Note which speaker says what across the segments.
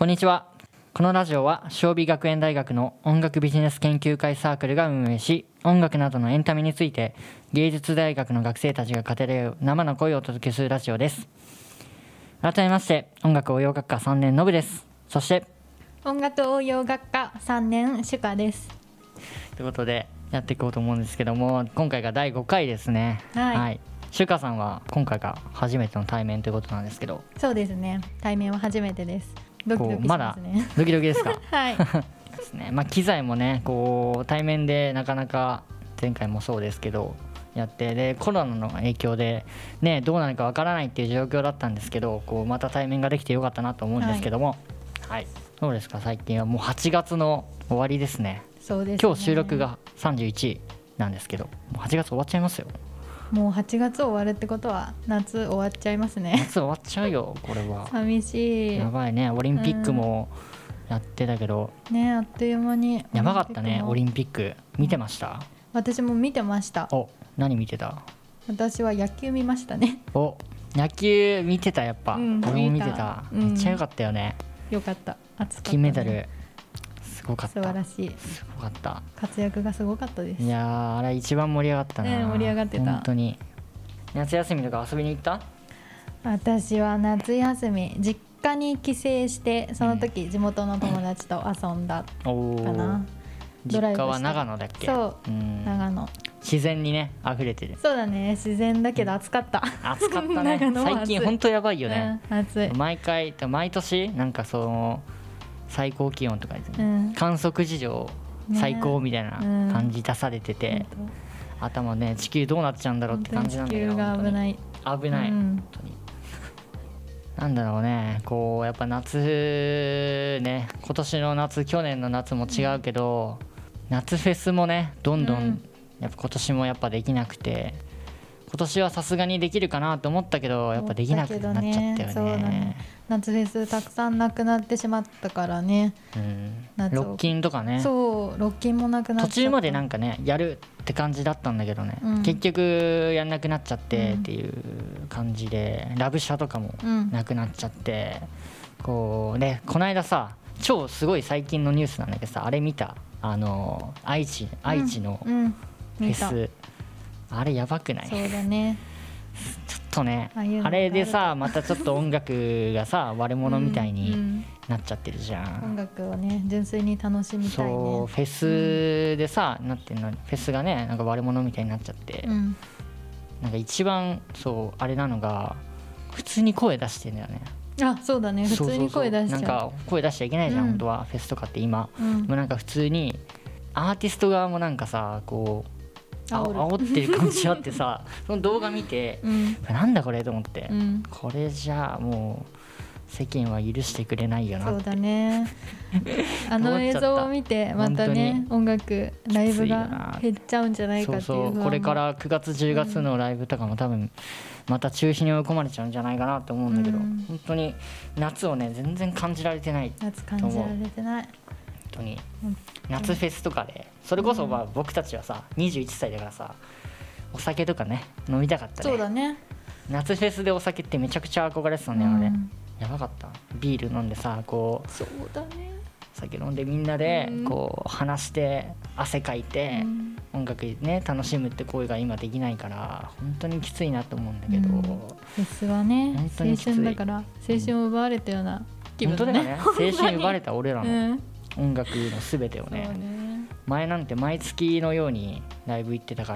Speaker 1: こんにちは。このラジオは尚美学園大学の音楽ビジネス研究会サークルが運営し、音楽などのエンタメについて芸術大学の学生たちが語り合う生の声をお届けするラジオです。改めまして音楽応用学科3年のぶです。そして
Speaker 2: 音楽応用学科3年シュカです。
Speaker 1: ということでやっていこうと思うんですけども、今回が第5回ですね。はい、シュカさんは今回が初めての対面ということなんですけど。
Speaker 2: そうですね、対面は初めてです。ドキドキしますね。
Speaker 1: まだドキドキですか？
Speaker 2: はい
Speaker 1: ですね。機材もね対面でなかなか前回もそうですけどやって、でコロナの影響でねどうなるかわからないっていう状況だったんですけど、また対面ができてよかったなと思うんですけども、はい、どうですか最近は。もう8月の終わりですね。
Speaker 2: そうですね。
Speaker 1: 今日収録が31なんですけど、もう8月終わっちゃいますよ。
Speaker 2: もう8月終わるってことは夏終わっちゃいますね。
Speaker 1: 夏終わっちゃうよこれは。
Speaker 2: 寂しい。
Speaker 1: やばいね。オリンピックもやってたけど、
Speaker 2: ね、あっという間に。
Speaker 1: やばかったね。オリンピック見てました？
Speaker 2: 私も見てました。
Speaker 1: お、何見てた？
Speaker 2: 私は野球見ましたね。
Speaker 1: お、野球見てた。やっぱ、俺も見てた。めっちゃ良かったよね。
Speaker 2: よかった。熱かったね。
Speaker 1: 金メダルすごかった。
Speaker 2: 素晴らしい。
Speaker 1: すごかった。
Speaker 2: 活躍がすごかったです。
Speaker 1: いやあれ一番盛り上がったな。
Speaker 2: 盛り上がってた。
Speaker 1: 本当に。夏休みとか遊びに行った？
Speaker 2: 私は夏休み実家に帰省して、その時地元の友達と遊んだかな。
Speaker 1: 実家は長野だっけ？
Speaker 2: そう、長野。
Speaker 1: 自然にね溢れてる。
Speaker 2: そうだね、自然だけど暑かった。
Speaker 1: 暑かったね。最近本当やばいよね。
Speaker 2: 暑い。
Speaker 1: 毎年なんか最高気温とかですね、観測史上最高みたいな感じ出されてて、頭ね地球どうなっちゃうんだろうって感じなんだけど、
Speaker 2: 地球が危ない
Speaker 1: 危ない、本当に。なんだろうね、やっぱ夏ね、今年の夏去年の夏も違うけど、夏フェスもねどんどんやっぱ今年もやっぱできなくて、今年はさすがにできるかなと思ったけどやっぱできなくなっちゃったよね。
Speaker 2: そうだね、夏フェスたくさんなくなってしまったからね、
Speaker 1: ロッキンとかね。
Speaker 2: そう、ロッキンもなくなっちゃった。
Speaker 1: 途中までなんかねやるって感じだったんだけどね、結局やんなくなっちゃってっていう感じで、ラブシャとかもなくなっちゃって、この間さ、超すごい最近のニュースなんだけどさ、あれ見た？愛知のフェス、あれやばくない？
Speaker 2: そうだね。
Speaker 1: ちょっとね、あれでさまたちょっと音楽がさ悪者みたいになっちゃってるじゃん。
Speaker 2: 音楽をね純粋に楽しみたいね。
Speaker 1: そう、フェスでさ、なんていうの、フェスがねなんか悪者みたいになっちゃって、なんか一番そうあれなのが普通に声出してんだよね。
Speaker 2: あ、そうだね、普通に声出しちゃう。
Speaker 1: なんか声出しちゃいけないじゃん、本当はフェスとかって今、もうなんか普通にアーティスト側もなんかさ煽ってる感じあってさその動画見て、なんだこれと思って、これじゃあもう世間は許してくれないよなって。
Speaker 2: そうだねあの映像を見てまたね音楽ライブが減っちゃうんじゃないかっていう。
Speaker 1: そうこれから9月10月のライブとかも多分また中止に追い込まれちゃうんじゃないかなと思うんだけど、本当に夏をね全然感じられてないと思う。
Speaker 2: 夏感じられてない。
Speaker 1: 本当に夏フェスとかで、それこそ僕たちはさ21歳だからさ、お酒とかね飲みたかったね。
Speaker 2: そうだね、
Speaker 1: 夏フェスでお酒ってめちゃくちゃ憧れてたんだよね、やばかった。ビール飲んでさ
Speaker 2: そうだね、
Speaker 1: 酒飲んでみんなで話して汗かいて、音楽ね楽しむって行為が今できないから本当にきついなと思うんだけど、
Speaker 2: フェスはね青春だから青春を奪われたような気分だね。
Speaker 1: 本当だよね青春奪われた俺らの音楽の全てをね、前なんて毎月のようにライブ行ってたから、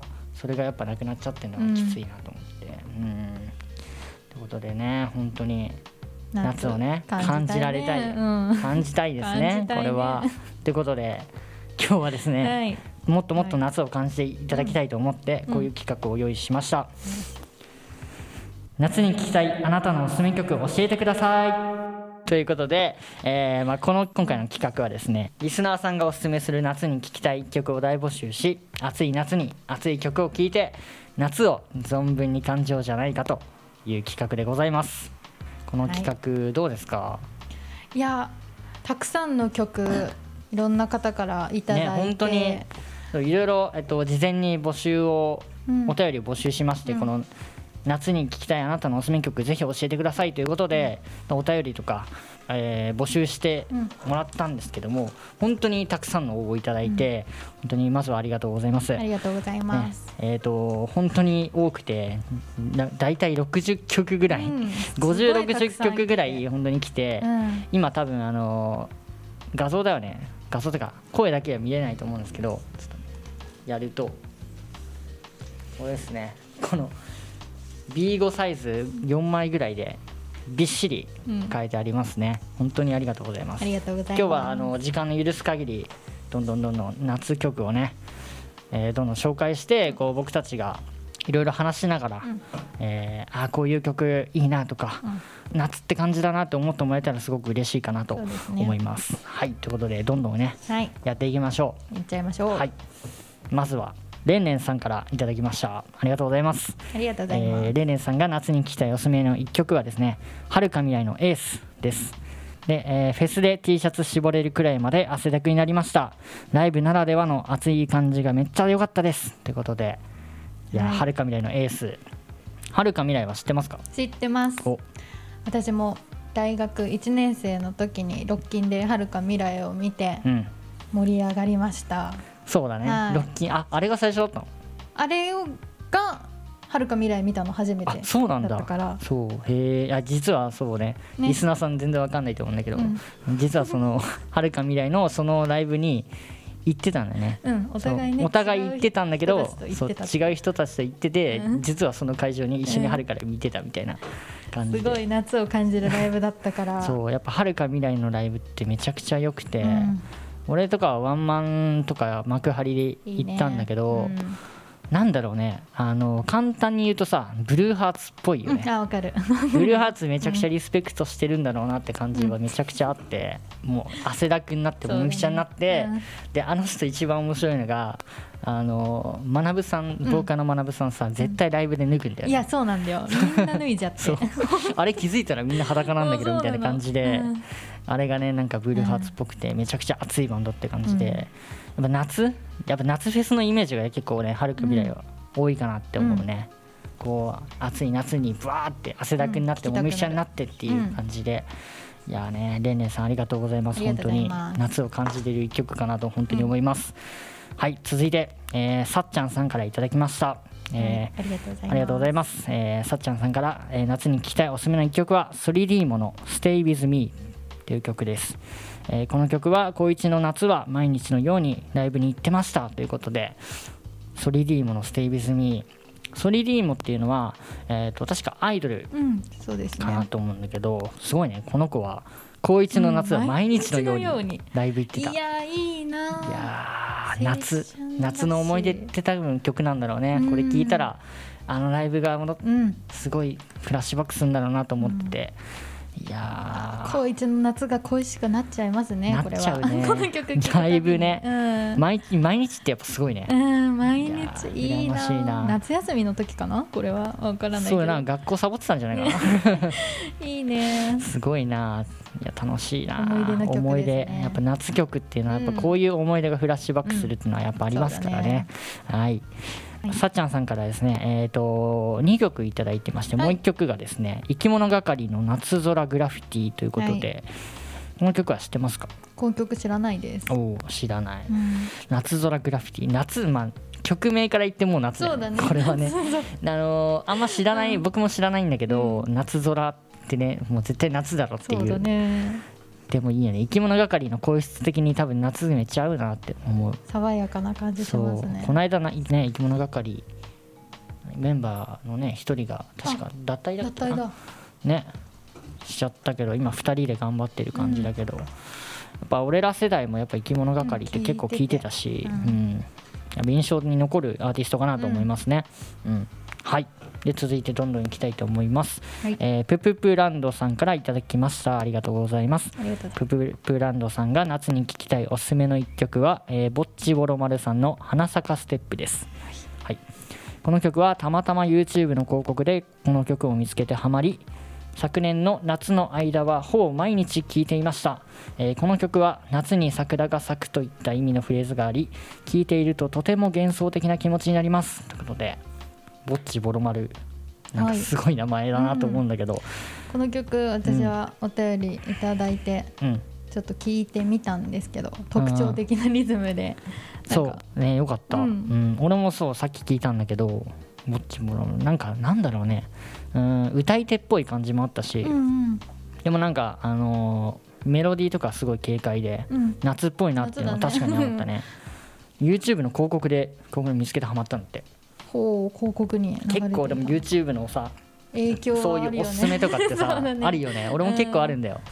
Speaker 1: それがやっぱなくなっちゃってるのがきついなと思って、ということでね、本当に夏をね感じられたい、感じたいですねこれは。ということで今日はですね、もっともっと夏を感じていただきたいと思ってこういう企画を用意しました。夏に聴きたいあなたのおすすめ曲教えてくださいということで、今回の企画はですね、リスナーさんがおすすめする夏に聴きたい曲を大募集し、暑い夏に熱い曲を聴いて夏を存分に感じようじゃないかという企画でございます。この企画どうですか？
Speaker 2: いや、たくさんの曲いろんな方からいただいて、
Speaker 1: 本当にいろいろ事前に募集を、お便りを募集しまして、この夏に聴きたいあなたのおすすめ曲ぜひ教えてくださいということで、お便りとか、募集してもらったんですけども、本当にたくさんの応募いただいて、本当にまずはありがとうございます。
Speaker 2: ありがとうございます、
Speaker 1: 本当に多くてだいたい60曲ぐらい、50、60曲ぐらい本当に来て、今多分画像だよね、画像とか声だけは見えないと思うんですけど、ちょっとやるとこれですね、この B5 サイズ4枚ぐらいでびっしり書いてありますね、本当にありがとうございます。
Speaker 2: ありがとうございます。
Speaker 1: 今日は時間の許す限りどんどん夏曲をね、どんどん紹介して、こう僕たちがいろいろ話しながら、こういう曲いいなとか、夏って感じだなと思ってもらえたらすごく嬉しいかなと思います。はい、ということでどんどんね、やっていきましょう。
Speaker 2: いっちゃいましょう。
Speaker 1: はい、まずはレンレンさんからいただきました。ありがとうございます。
Speaker 2: ありがとうございます。
Speaker 1: レンレンさんが夏に聴きたいおすすめの1曲はですね、遥か未来のエースです。で、フェスで T シャツ絞れるくらいまで汗だくになりました。ライブならではの熱い感じがめっちゃ良かったですということで、いや、遥か未来のエース、遥か未来は知ってますか？
Speaker 2: 知ってます。私も大学1年生の時にロッキンで遥か未来を見て盛り上がりました。
Speaker 1: そうだね、ロッキン、あれが最初だったの？
Speaker 2: あれが遥か未来見たの初めてだったから。
Speaker 1: そうへえ、実はそうね、リスナーさん全然わかんないと思うんだけど、実はその遥か未来のそのライブに行ってたんだよね。
Speaker 2: お互いね、
Speaker 1: お互い行ってたんだけど、違う人たちと行ってて、実はその会場に一緒に遥かで見てたみたいな感じで、
Speaker 2: すごい夏を感じるライブだったから
Speaker 1: そうやっぱ遥か未来のライブってめちゃくちゃ良くて、俺とかはワンマンとか幕張で行ったんだけど、なんだろうね、簡単に言うとさ、ブルーハーツっぽいよね。
Speaker 2: わかる
Speaker 1: ブルーハーツめちゃくちゃリスペクトしてるんだろうなって感じはめちゃくちゃあって、もう汗だくになってもみくちゃになって、であの人一番面白いのが学さん、ボーカルの学さんさ、絶対ライブで脱ぐんだよね。
Speaker 2: いやそうなんだよ、みんな脱いじゃって
Speaker 1: あれ気づいたらみんな裸なんだけどみたいな感じで、あれがねなんかブルーハーツっぽくてめちゃくちゃ熱いバンドって感じで、やっぱ夏フェスのイメージが結構ね、遥か未来は多いかなって思うね。こう暑い夏にブワーって汗だくになってもみくちゃになってっていう感じで、いやね、レンレンさんありがとうございます。本当に夏を感じている一曲かなと本当に思います。はい、続いて、さっちゃんさんからいただきました。ありがとうございます。さっちゃんさんから、夏に聴きたいおすすめの一曲は 3D もの Stay With Me という曲です。この曲は高1の夏は毎日のようにライブに行ってましたということで、 3D もの Stay With Me、 3D もっていうのは、確かアイドルかなと思うんだけど、すごいね、この子は高1の夏は毎日のようにライブ行ってた。
Speaker 2: いやいいな、
Speaker 1: いや夏の思い出って多分曲なんだろうね。これ聞いたらあのライブがすごいフラッシュバックするんだろうなと思ってて、いや
Speaker 2: 高1の夏が恋しくなっちゃいますね。これは
Speaker 1: なっちゃうね
Speaker 2: この曲聴く
Speaker 1: ライブね、毎日ってやっぱすごいね。
Speaker 2: 毎日いいな。夏休みの時かな、これは分からないけど、
Speaker 1: そうな、学校サボってたんじゃないかな
Speaker 2: いいね、
Speaker 1: すごいな。いや楽しいな、
Speaker 2: 思い出の曲ですね。
Speaker 1: 思い出、やっぱ夏曲っていうのはやっぱこういう思い出がフラッシュバックするっていうのはやっぱありますからね。はい、さっちゃんさんからですね、2曲いただいてまして、もう1曲がですね、生き物係の夏空グラフィティということで、この曲は知ってますか？
Speaker 2: この曲知らないです。
Speaker 1: 知らない、夏空グラフィティ、夏、曲名から言ってもう夏だよね。これはねあんま知らない、僕も知らないんだけど、夏空ってね、もう絶対夏だろっていう。
Speaker 2: そうだね。
Speaker 1: でもいいよね、生き物係の声質的に多分夏めっちゃ合うなって思う。
Speaker 2: 爽やかな感じしますね。
Speaker 1: この間ね、生き物係メンバーのね一人が確か脱退だったかなね、しちゃったけど、今2人で頑張ってる感じだけど、やっぱ俺ら世代もやっぱ生き物係って結構聞いてたし、やっぱ印象に残るアーティストかなと思いますね。はい、で続いてどんどんいきたいと思います。プププランドさんからいただきました。ありがとうございます。プププランドさんが夏に聴きたいおすすめの一曲は、ぼっちぼろまるさんの花咲かステップです。はい、この曲はたまたま YouTube の広告でこの曲を見つけてハマり、昨年の夏の間はほぼ毎日聴いていました。この曲は夏に桜が咲くといった意味のフレーズがあり、聴いているととても幻想的な気持ちになりますということで、ぼっちぼろまるなんかすごい名前だなと思うんだけど、
Speaker 2: この曲私はお便りいただいて、ちょっと聞いてみたんですけど、特徴的なリズムで
Speaker 1: そうね、よかった、俺もそうさっき聞いたんだけど、ぼっちもなんだろうね、歌い手っぽい感じもあったし、でもなんかメロディーとかすごい軽快で、夏っぽいなっていうのは確かに思ったね。YouTube の広告で見つけてハマったんだって。
Speaker 2: ほう、広告に
Speaker 1: 結構でも YouTube のさ
Speaker 2: 影響はあるよね、
Speaker 1: そういうおすすめとかってさあるよね。俺も結構あるんだよ。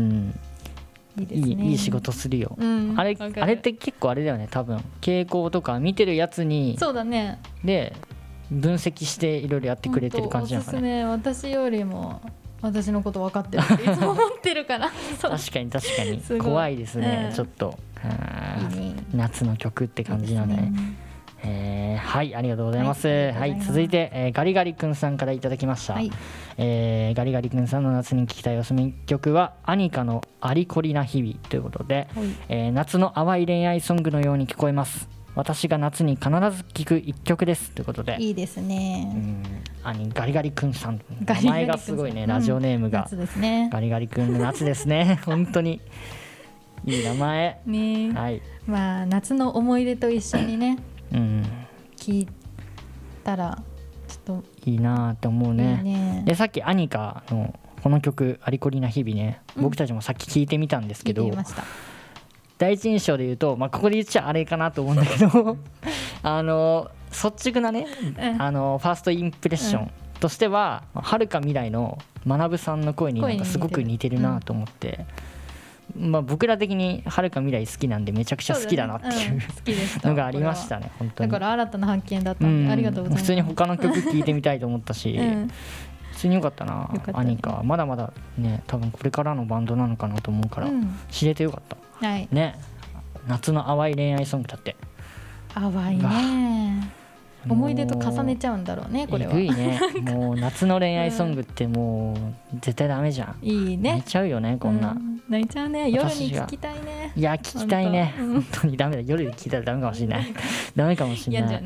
Speaker 1: いい仕事するよ、あれって結構あれだよね、多分傾向とか見てるやつに
Speaker 2: そうだね、
Speaker 1: で分析していろいろやってくれてる感じなのかね。
Speaker 2: おすすめ、私よりも私のこと分かってるっていつも思ってるから
Speaker 1: 確かに怖いですね、ちょっと夏の曲って感じなんでね。はい、ありがとうございます。はい、続いて、ガリガリ君さんからいただきました。ガリガリ君さんの夏に聴きたいおすすめ曲はアニカのアリコリな日々ということで、夏の淡い恋愛ソングのように聞こえます。私が夏に必ず聴く一曲ですということで、
Speaker 2: いいですね。
Speaker 1: ガリガリ君さん、名前がすごいね、ラジオネームが、
Speaker 2: 夏ですね。
Speaker 1: ガリガリ君の夏ですね本当にいい名前
Speaker 2: ね。
Speaker 1: はい、
Speaker 2: まあ夏の思い出と一緒にね聞いたらちょっと
Speaker 1: いいなって思うね。でさっきアニカのこの曲アリコリな日々ね、僕たちもさっき聞いてみたんですけど、第一印象で言うと、ここで言っちゃあれかなと思うんだけど率直なね、ファーストインプレッションとしては、遥か未来の学さんの声になんかすごく似てるなと思って、僕ら的に遥か未来好きなんでめちゃくちゃ好きだなっていうのがありましたね。本当に
Speaker 2: だから新たな発見だったんでありがとうございます。
Speaker 1: 普通に他の曲聴いてみたいと思ったし、普通に良かったな。アニカまだまだね、多分これからのバンドなのかなと思うから、知れてよかった、ね。夏の淡い恋愛ソングだって。
Speaker 2: 淡いね、思い出と重ねちゃうんだろうね、これは。
Speaker 1: えぐいねもう夏の恋愛ソングってもう絶対ダメじゃん。
Speaker 2: いいね、
Speaker 1: 泣いちゃうよねこんな、
Speaker 2: 泣いちゃうね。夜に聞きたいね。
Speaker 1: いや聞きたいね、本当にダメだ。夜に聞いたらダメかもしれないダメかもしれない。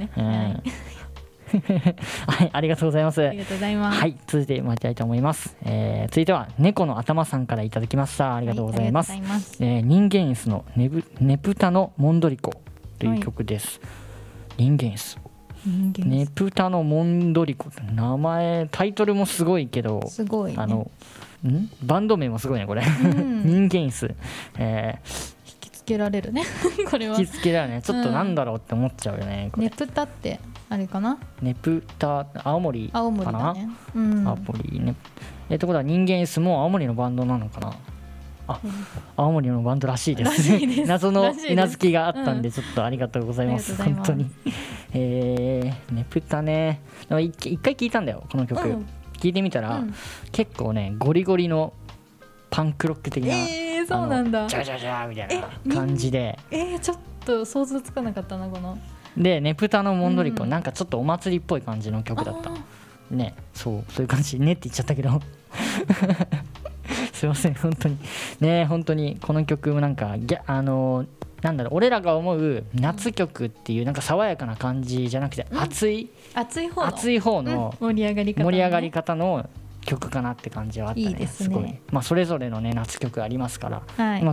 Speaker 1: はい、ありがとうございます。
Speaker 2: ありがとうございます。
Speaker 1: はい、続いて参りたいと思います。続いては猫の頭さんからいただきました。ありがとうございます。人間椅子のねぷたのモンドリコという曲です。人間椅子ねぷたのモンドリコ、名前タイトルもすごいけど、
Speaker 2: すごい、ね、
Speaker 1: バンド名もすごいねこれ人間椅子、
Speaker 2: 引きつけられるねこれは
Speaker 1: 引きつけられるね。ちょっとなんだろうって思っちゃうよね、これ。
Speaker 2: ねぷたってあれかな、
Speaker 1: ねぷた青森かな。
Speaker 2: 青森だね、
Speaker 1: 青森ね。ってことは人間椅子も青森のバンドなのかな。青森のバンドらしいですね謎のうなずきがあったんで、ちょっとありがとうございます、本当に。ねぷたね、一回聞いたんだよこの曲、聞いてみたら、結構ねゴリゴリのパンクロック的な、
Speaker 2: そうなんだ、
Speaker 1: ジャジャジャみたいな感じで、
Speaker 2: ちょっと想像つかなかったなこの。
Speaker 1: でねぷたのモンドリコ、なんかちょっとお祭りっぽい感じの曲だったね。そういう感じねって言っちゃったけどすいません本当にね。本当にこの曲もなんかなんだろう、俺らが思う夏曲っていうなんか爽やかな感じじゃなくて、熱い方の
Speaker 2: 盛り上がり方
Speaker 1: の曲かなって感じはあったね。
Speaker 2: いいですね。
Speaker 1: すごい、それぞれのね夏曲ありますから、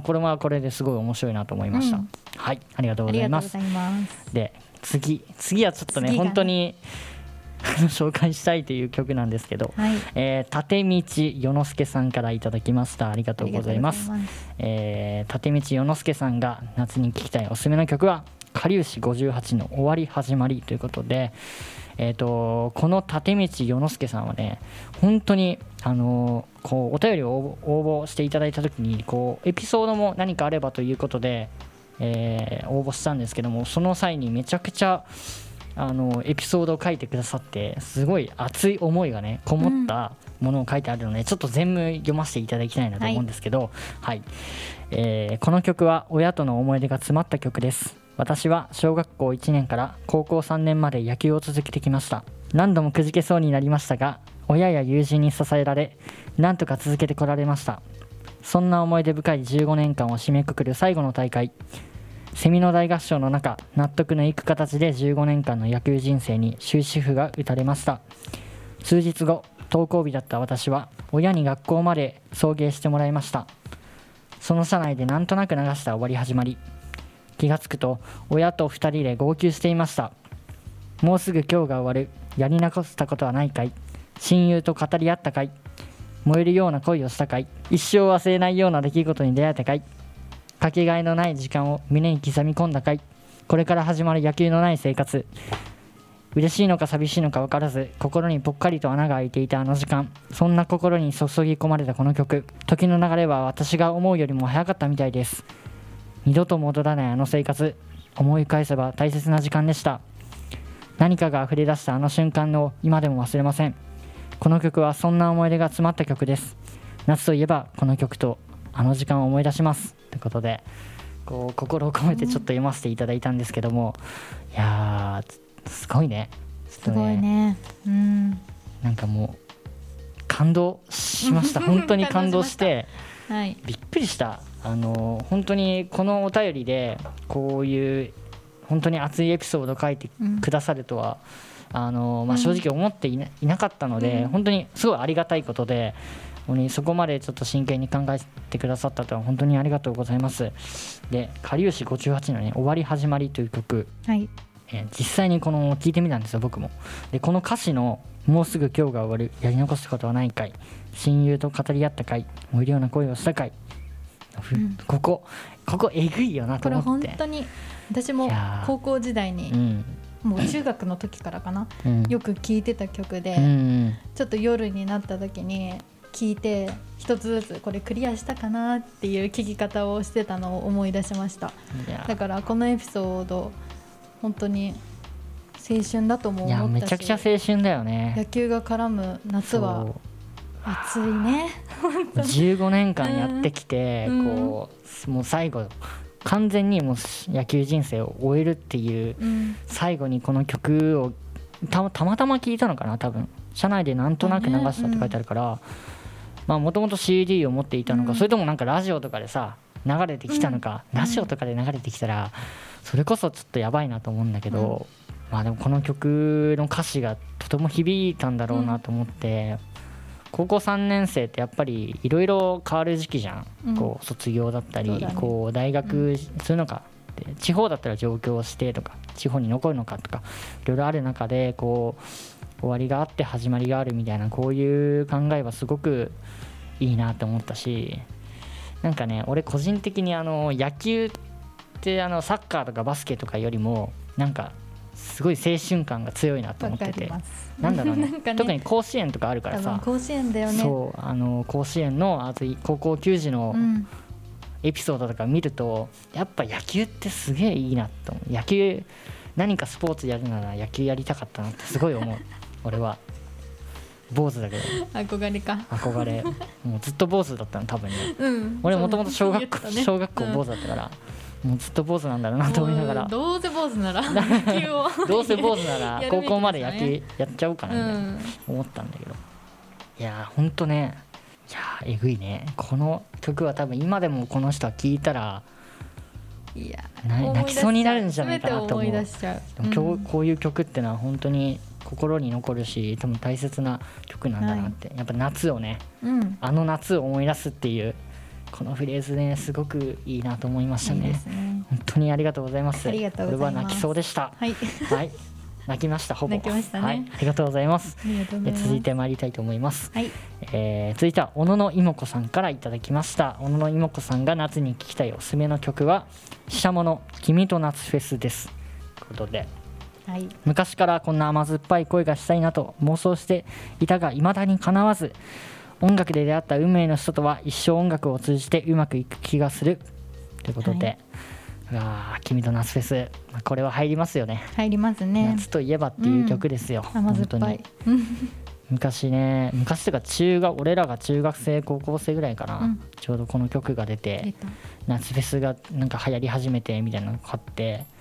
Speaker 1: これはこれですごい面白いなと思いました。はい、ありがとうございます。で次はちょっとね本当に紹介したいという曲なんですけど、立道世之介さんからいただきました。ありがとうございます。立道世之介さんが夏に聴きたいおすすめの曲はかりゆし58の終わり始まりということで、この立道世之介さんはね本当にこうお便りを応募していただいた時にこうエピソードも何かあればということで、応募したんですけども、その際にめちゃくちゃエピソードを書いてくださって、すごい熱い思いがねこもったものを書いてあるので、ちょっと全部読ませていただきたいなと思うんですけど、この曲は親との思い出が詰まった曲です。私は小学校1年から高校3年まで野球を続けてきました。何度もくじけそうになりましたが、親や友人に支えられなんとか続けてこられました。そんな思い出深い15年間を締めくくる最後の大会、セミの大合唱の中、納得のいく形で15年間の野球人生に終止符が打たれました。 数日後、登校日だった私は親に学校まで送迎してもらいました。その車内でなんとなく流した終わり始まり、気がつくと親と2人で号泣していました。もうすぐ今日が終わる、やり残したことはないかい、親友と語り合ったかい、燃えるような恋をしたかい、一生忘れないような出来事に出会えたかい、かけがえのない時間を胸に刻み込んだかい、これから始まる野球のない生活、嬉しいのか寂しいのか分からず心にぽっかりと穴が開いていたあの時間、そんな心に注ぎ込まれたこの曲、時の流れは私が思うよりも早かったみたいです。二度と戻らないあの生活、思い返せば大切な時間でした。何かが溢れ出したあの瞬間を今でも忘れません。この曲はそんな思い出が詰まった曲です。夏といえばこの曲とあの時間を思い出しますということで、こう心を込めてちょっと読ませていただいたんですけども、いやーすごいね。
Speaker 2: すごいね。
Speaker 1: なんかもう感動しました本当に感動して、
Speaker 2: はい、
Speaker 1: びっくりした。本当にこのお便りでこういう本当に熱いエピソードを書いてくださるとは、正直思っていなかったので、本当にすごいありがたいことで、そこまでちょっと真剣に考えてくださったとは本当にありがとうございます。で、かりゆし58のね、終わり始まりという曲、
Speaker 2: はい、
Speaker 1: 実際に聞いてみたんですよ、僕も。で、この歌詞のもうすぐ今日が終わる、やり残すことはないかい、親友と語り合ったかい、燃えるような恋をしたかい、ここえぐいよなと思って。
Speaker 2: これ本当に私も高校時代に、もう中学の時からかな、よく聴いてた曲で、ちょっと夜になった時に聴いて一つずつこれクリアしたかなっていう聴き方をしてたのを思い出しました。だからこのエピソード本当に青春だとも思ったし、
Speaker 1: いやめちゃくちゃ青春だよね。
Speaker 2: 野球が絡む夏は暑いね
Speaker 1: 15年間やってきて、もう最後完全にもう野球人生を終えるっていう、最後にこの曲をたまたま聞いたのかな、多分車内でなんとなく流したって書いてあるから、もともと CD を持っていたのか、それともなんかラジオとかでさ流れてきたのか、ラジオとかで流れてきたらそれこそちょっとやばいなと思うんだけど、でもこの曲の歌詞がとても響いたんだろうなと思って、高校3年生ってやっぱりいろいろ変わる時期じゃん、こう卒業だったり、こう大学するのか、地方だったら上京してとか地方に残るのかとかいろいろある中で、こう終わりがあって始まりがあるみたいな、こういう考えはすごくいいなと思ったし、なんかね、俺個人的に野球ってサッカーとかバスケとかよりもなんかすごい青春感が強いなと思ってて、なんだろうね特に甲子園とかあるからさ、
Speaker 2: 甲子園だよね。
Speaker 1: そう甲子園の高校球児のエピソードとか見ると、やっぱ野球ってすげえいいなと思う。野球何かスポーツやるなら野球やりたかったなってすごい思う俺は坊主だけど
Speaker 2: 憧れか、
Speaker 1: 憧れもうずっと坊主だったの多分ね、俺もともと小学校坊主だったから、もうずっと坊主なんだろうなと思いながら、
Speaker 2: どうせ坊主なら野球を
Speaker 1: どうせ坊主なら高校まで野球やっちゃおうかなみたいな思ったんだけど、いやほんとね、いやえぐいね。この曲は多分今でもこの人は聴いたら泣きそうになるんじゃないかなと思う。でもこういう曲ってのは本当に心に残るし、多分大切な曲なんだなって、やっぱ夏をね、あの夏を思い出すっていうこのフレーズね、すごくいいなと思いましたね。いいですね。本当にありがとうございます。
Speaker 2: ありがとうございます。
Speaker 1: これは泣きそうでした。
Speaker 2: はい、
Speaker 1: はい、泣きました。ほぼ
Speaker 2: 泣きましたね。
Speaker 1: はい、ありがとうございます。続いて参りたいと思います。
Speaker 2: はい、
Speaker 1: 続いては小野の妹子さんからいただきました。小野の妹子さんが夏に聴きたいおすすめの曲はししゃもの君と夏フェスですということで、はい、昔からこんな甘酸っぱい恋がしたいなと妄想していたが未だに叶わず、音楽で出会った運命の人とは一生音楽を通じてうまくいく気がするということで、君と夏フェス、これは入りますよね。
Speaker 2: 入りますね。
Speaker 1: 夏といえばっていう曲ですよ、
Speaker 2: 甘酸っぱい
Speaker 1: 昔とか俺らが中学生高校生ぐらいかな、ちょうどこの曲が出て夏フェスがなんか流行り始めてみたいなのがあって、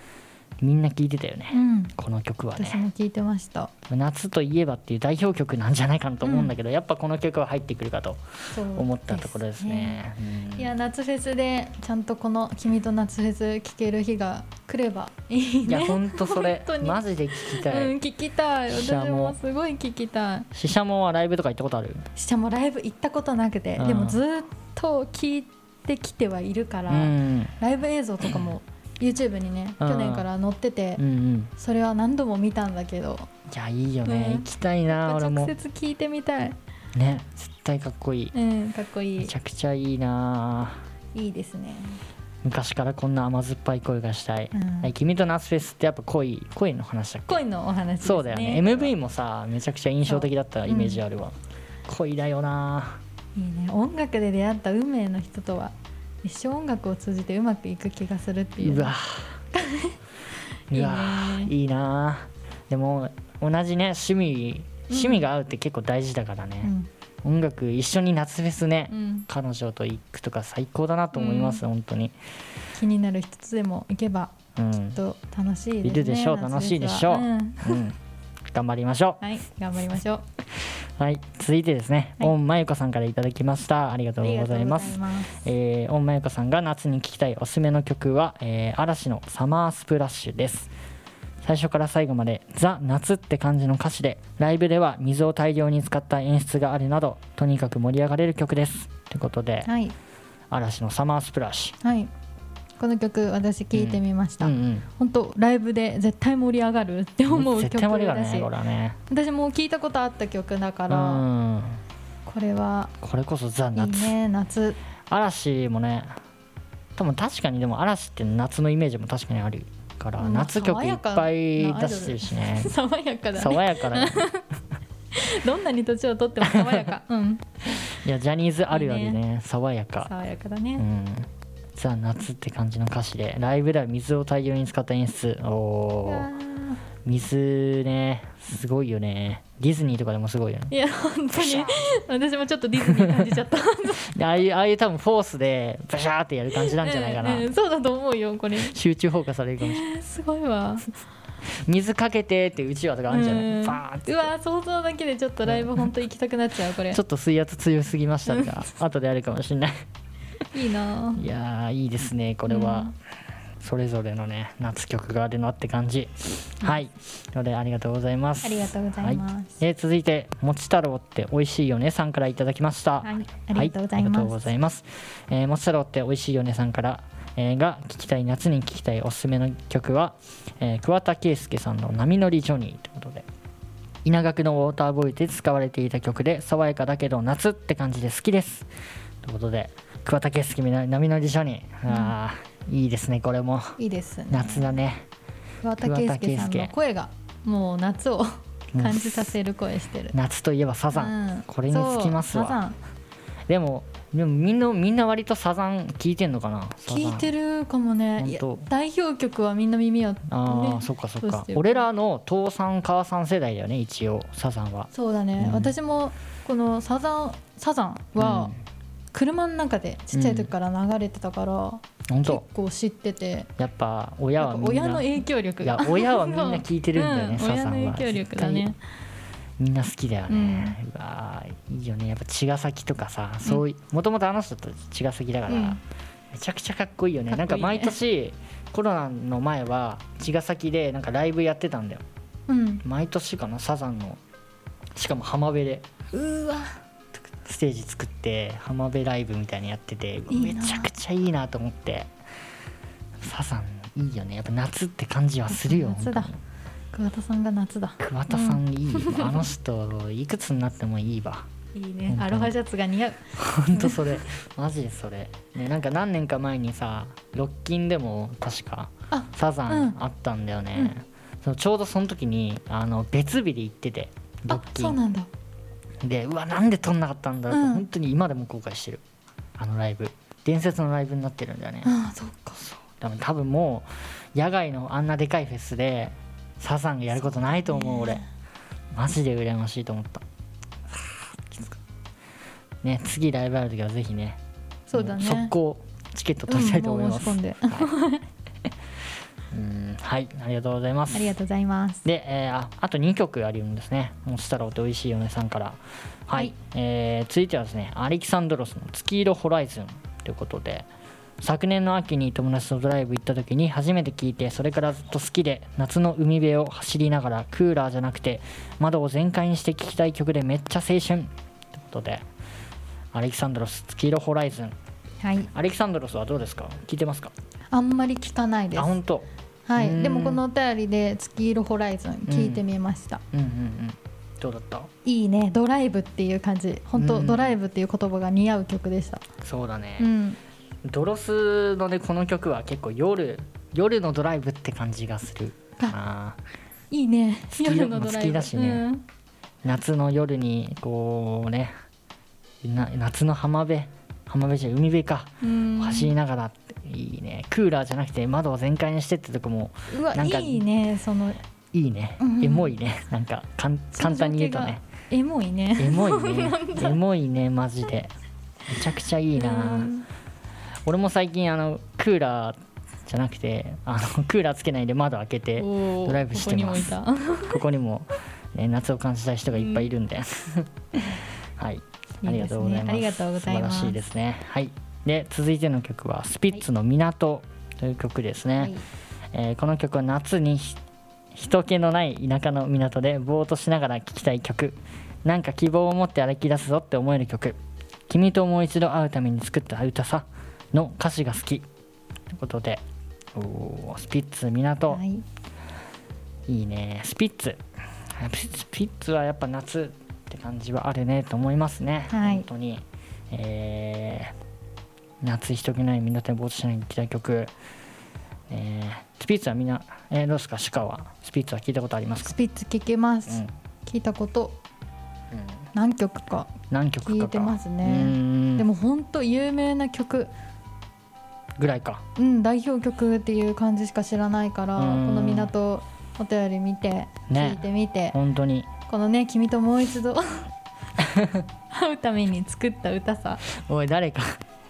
Speaker 1: みんな聴いてたよね、
Speaker 2: うん、
Speaker 1: この曲はね。
Speaker 2: 私も聴いてました。
Speaker 1: 夏といえばっていう代表曲なんじゃないかなと思うんだけど、やっぱこの曲は入ってくるかと思ったところですね。
Speaker 2: いや夏フェスでちゃんとこの君と夏フェス聴ける日が来ればいいね。
Speaker 1: いやほんとそれマジで聴きたい、
Speaker 2: 聴きたい。私もすごい聴きたい。
Speaker 1: シシャモはライブとか行ったことある？
Speaker 2: シシャモライブ行ったことなくて、でもずっと聴いてきてはいるから、ライブ映像とかもYouTube にね、去年から載ってて、それは何度も見たんだけど。
Speaker 1: いやいいよね、行きたいな。俺も
Speaker 2: 直接聞いてみたい
Speaker 1: ね。絶対かっこいい、
Speaker 2: かっこいい。
Speaker 1: めちゃくちゃいいな。
Speaker 2: いいですね。
Speaker 1: 昔からこんな甘酸っぱい恋がしたい、君と夏フェスってやっぱ恋の話だっけ？
Speaker 2: 恋のお話ですね。
Speaker 1: そうだよね。 MV もさめちゃくちゃ印象的だったイメージあるわ、恋だよな。
Speaker 2: いいね。音楽で出会った運命の人とは一生音楽を通じてうまくいく気がするっていう。
Speaker 1: うわいいな。でも同じね趣味が合うって結構大事だからね、音楽一緒に夏フェスね、彼女と行くとか最高だなと思います、本当に。
Speaker 2: 気になる一つでも行けばきっと楽しいですね。
Speaker 1: いるでしょう、楽しいでしょう、頑張りましょう。
Speaker 2: はい、頑張りましょう。
Speaker 1: はい、続いてですね、オンマユコさんからいただきました。ありがとうございます。オンマユコさんが夏に聴きたいおすすめの曲は、嵐のサマースプラッシュです。最初から最後までザ・夏って感じの歌詞で、ライブでは水を大量に使った演出があるなど、とにかく盛り上がれる曲ですということで、嵐のサマースプラッシュ、
Speaker 2: この曲私聴いてみました。本当ライブで絶対盛り上がるって思う曲だし、私も聴いたことあった曲だから、これ
Speaker 1: こそザ・夏
Speaker 2: いいね。夏
Speaker 1: 嵐もね、多分確かに、でも嵐って夏のイメージも確かにあるから、夏曲いっぱい出してるしね。
Speaker 2: 爽やかだね。
Speaker 1: 爽やかだね
Speaker 2: どんなに年を取っても爽やか
Speaker 1: いやジャニーズあるあるね、爽やか
Speaker 2: だね。
Speaker 1: ザ・夏って感じの歌詞で、ライブでは水を大量に使った演出。水ね、すごいよね。ディズニーとかでもすごいよね。
Speaker 2: いや本当に私もちょっとディズニー感じちゃった
Speaker 1: ああいう多分フォースでバシャーってやる感じなんじゃないかな、
Speaker 2: そうだと思うよ。これ
Speaker 1: 集中放火されるかもしれない、
Speaker 2: すごいわ。
Speaker 1: 水かけてってうちわとかあるんじゃない？バーンって。
Speaker 2: うわ想像だけでちょっとライブ本当行きたくなっちゃう。これ
Speaker 1: ちょっと水圧強すぎましたが後であるかもしれない
Speaker 2: いいな。
Speaker 1: いやいいですね。これは、それぞれのね夏曲があるのって感じ、はいのでありがとうございます。
Speaker 2: ありがとうございます、
Speaker 1: 続いてもち太郎って美味しいよねさんからいただきました。
Speaker 2: ありがとうございます。
Speaker 1: もち太郎って美味しいよねさんから、が聴きたい夏に聴きたいおすすめの曲は、桑田佳祐さんの波乗りジョニーということで、稲垣のウォーターボーイで使われていた曲で、爽やかだけど夏って感じで好きですということで、桑田佳祐波乗りジョニー、いいですね。これも
Speaker 2: いいですね。
Speaker 1: 夏だね。
Speaker 2: 桑田佳祐さんの声がもう夏を感じさせる声してる。
Speaker 1: 夏といえばサザン、これにつきますわ。でもみんな割とサザン聞いてんのかな。
Speaker 2: 聞いてるかもね。代表曲はみんな耳を、
Speaker 1: そっかそっか。俺らの父さん母さん世代だよね一応サザンは。
Speaker 2: そうだね、私もこのサザンは車の中でちっちゃい時から流れてたから、結構知ってて、
Speaker 1: やっぱ親はみんな、
Speaker 2: 親の影響力が、
Speaker 1: 親はみんな聞いてるんだよねサザンは。
Speaker 2: 親の影響力だね。
Speaker 1: みんな好きだよね、うわいいよね。やっぱ茅ヶ崎とかさ、そうもともとあの人と茅ヶ崎だから、めちゃくちゃかっこいいよね。なんか毎年コロナの前は茅ヶ崎でなんかライブやってたんだよ、毎年かな。サザンのしかも浜辺でステージ作って浜辺ライブみたいにやってて、めちゃくちゃいいなと思って。サザンいいよね。やっぱ夏って感じはするよ。
Speaker 2: 夏だ。桑田さんが夏だ。
Speaker 1: 桑田さんいい、あの人いくつになってもいいわ。
Speaker 2: いいね。アロハシャツが似合う。
Speaker 1: 本当それマジでそれ、ね、なんか何年か前にさロッキンでも確かサザンあったんだよね、ちょうどその時に別日で行ってて、ロッキン。
Speaker 2: そうなんだ。
Speaker 1: でうわなんで撮んなかったんだろうと、本当に今でも後悔してる。あのライブ伝説のライブになってるんだよね。
Speaker 2: そっか。
Speaker 1: 多分もう野外のあんなでかいフェスでサザンがやることないと思う。俺マジで羨ましいと思ったね。次ライブある時はぜひね、
Speaker 2: そうだね、
Speaker 1: 速攻チケット取りたいと思います、 はい、ありがとうございます。
Speaker 2: ありがとうございます。
Speaker 1: で、あと2曲あるんですね。モンスタロウと美味しいよねさんから。はい、続いてはですね、アレキサンドロスの月色ホライズンということで、昨年の秋に友達とドライブ行った時に初めて聴いて、それからずっと好きで、夏の海辺を走りながらクーラーじゃなくて窓を全開にして聴きたい曲でめっちゃ青春ということで、アレキサンドロス月色ホライズン。はい、アレキサンドロスはどうですか？聞いてますか？
Speaker 2: あんまり聞かないです。
Speaker 1: あ、本当。
Speaker 2: はい、でもこのお便りで月色ホライズン聞いてみました。
Speaker 1: どうだった？
Speaker 2: いいね、ドライブっていう感じ、本当ドライブっていう言葉が似合う曲でした。
Speaker 1: そうだね、ドロスのねこの曲は結構夜のドライブって感じがする。
Speaker 2: いいね、夜のドライブ
Speaker 1: 好きだしね、夏の夜にこうね、夏の浜辺じゃ海辺か、走りながらいいね。クーラーじゃなくて窓を全開にしてってとこも
Speaker 2: なんかいいね、
Speaker 1: いいね、エモいね、なんか簡単に言うとね、
Speaker 2: エモいね
Speaker 1: エモいねマジでめちゃくちゃいいな。俺も最近クーラーじゃなくてクーラーつけないで窓開けてドライブしてます。ここにもね、夏を感じたい人がいっぱいいるんではい、ありがとうございます。
Speaker 2: ありがとうございます。
Speaker 1: 素晴らしいですね。はい。で続いての曲はスピッツの港という曲ですね。この曲は夏に人気のない田舎の港でぼーっとしながら聴きたい曲、なんか希望を持って歩き出すぞって思える曲、君ともう一度会うために作った歌さの歌詞が好きということで、スピッツ港、いいね。スピッツはやっぱ夏って感じはあるねと思いますね、本当に。夏人気ない港でぼーっとしながら聴きたい曲、スピッツはみんな、どうですか？シカはスピッツは聞いたことありますか？
Speaker 2: スピッツ聞けます、聞いたこと、何曲か聞いてますね。でも本当有名な曲
Speaker 1: ぐらいか、
Speaker 2: 代表曲っていう感じしか知らないから、この港お便り見て、聞いてみて、
Speaker 1: 本当に
Speaker 2: このね、君ともう一度会うために作った歌さ
Speaker 1: おい誰か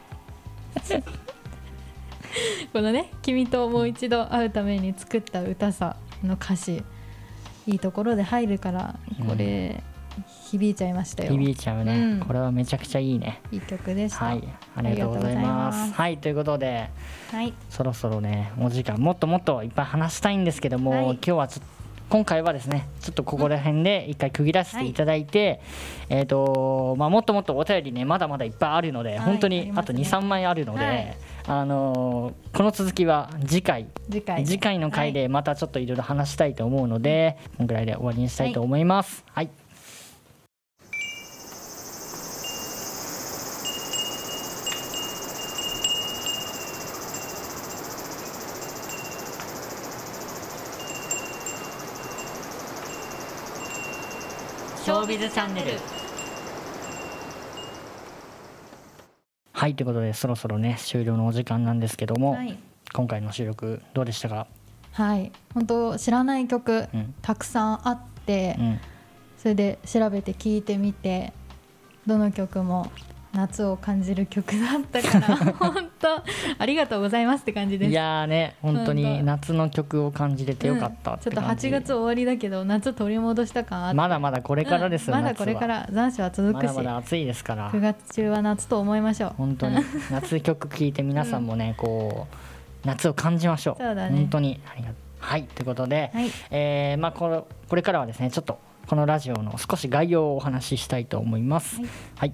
Speaker 2: このね、君ともう一度会うために作った歌さの歌詞、いいところで入るから、これ、響いちゃいましたよ。
Speaker 1: 響いちゃうね、これはめちゃくちゃいいね。
Speaker 2: いい曲でした。
Speaker 1: はい、ありがとうございます。はい、ということで、そろそろねお時間、もっともっといっぱい話したいんですけども、今回はですねちょっとここら辺で一回区切らせていただいて、もっともっとお便りねまだまだいっぱいあるので、本当にあと 2,3 枚あるので、この続きは次回の回でまたちょっといろいろ話したいと思うので、このぐらいで終わりにしたいと思います。はい、ショービズチャンネル。はい、ということでそろそろね終了のお時間なんですけども、今回の収録どうでしたか？
Speaker 2: はい、本当知らない曲、たくさんあって、それで調べて聴いてみて、どの曲も夏を感じる曲だったから本当ありがとうございますって感じです。
Speaker 1: いやーね、本当に夏の曲を感じれてよかったって感じ、
Speaker 2: ちょっと8月終わりだけど夏取り戻した感あって、
Speaker 1: まだまだこれからですよ、
Speaker 2: まだこれから残暑は続くし、
Speaker 1: まだまだ暑いですから
Speaker 2: 9月中は夏と思いましょう。
Speaker 1: 本当に夏曲聴いて皆さんもね、こう夏を感じましょう。
Speaker 2: そうだね、
Speaker 1: 本当にはい、ということで、これからはですねちょっとこのラジオの少し概要をお話ししたいと思います。はい、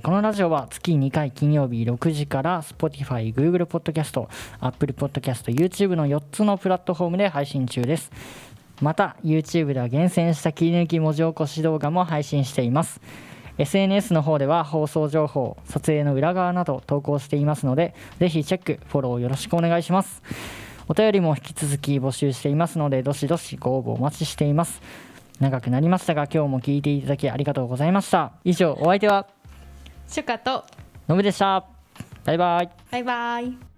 Speaker 1: このラジオは月2回金曜日6時から Spotify、Google Podcast、Apple Podcast、YouTube の4つのプラットフォームで配信中です。また YouTube では厳選した切り抜き文字起こし動画も配信しています。SNS の方では放送情報、撮影の裏側など投稿していますので、ぜひチェックフォローよろしくお願いします。お便りも引き続き募集していますので、どしどしご応募お待ちしています。長くなりましたが今日も聞いていただきありがとうございました。以上お相手は
Speaker 2: シュカと
Speaker 1: ノブでした。バイバイ。
Speaker 2: バイバイ。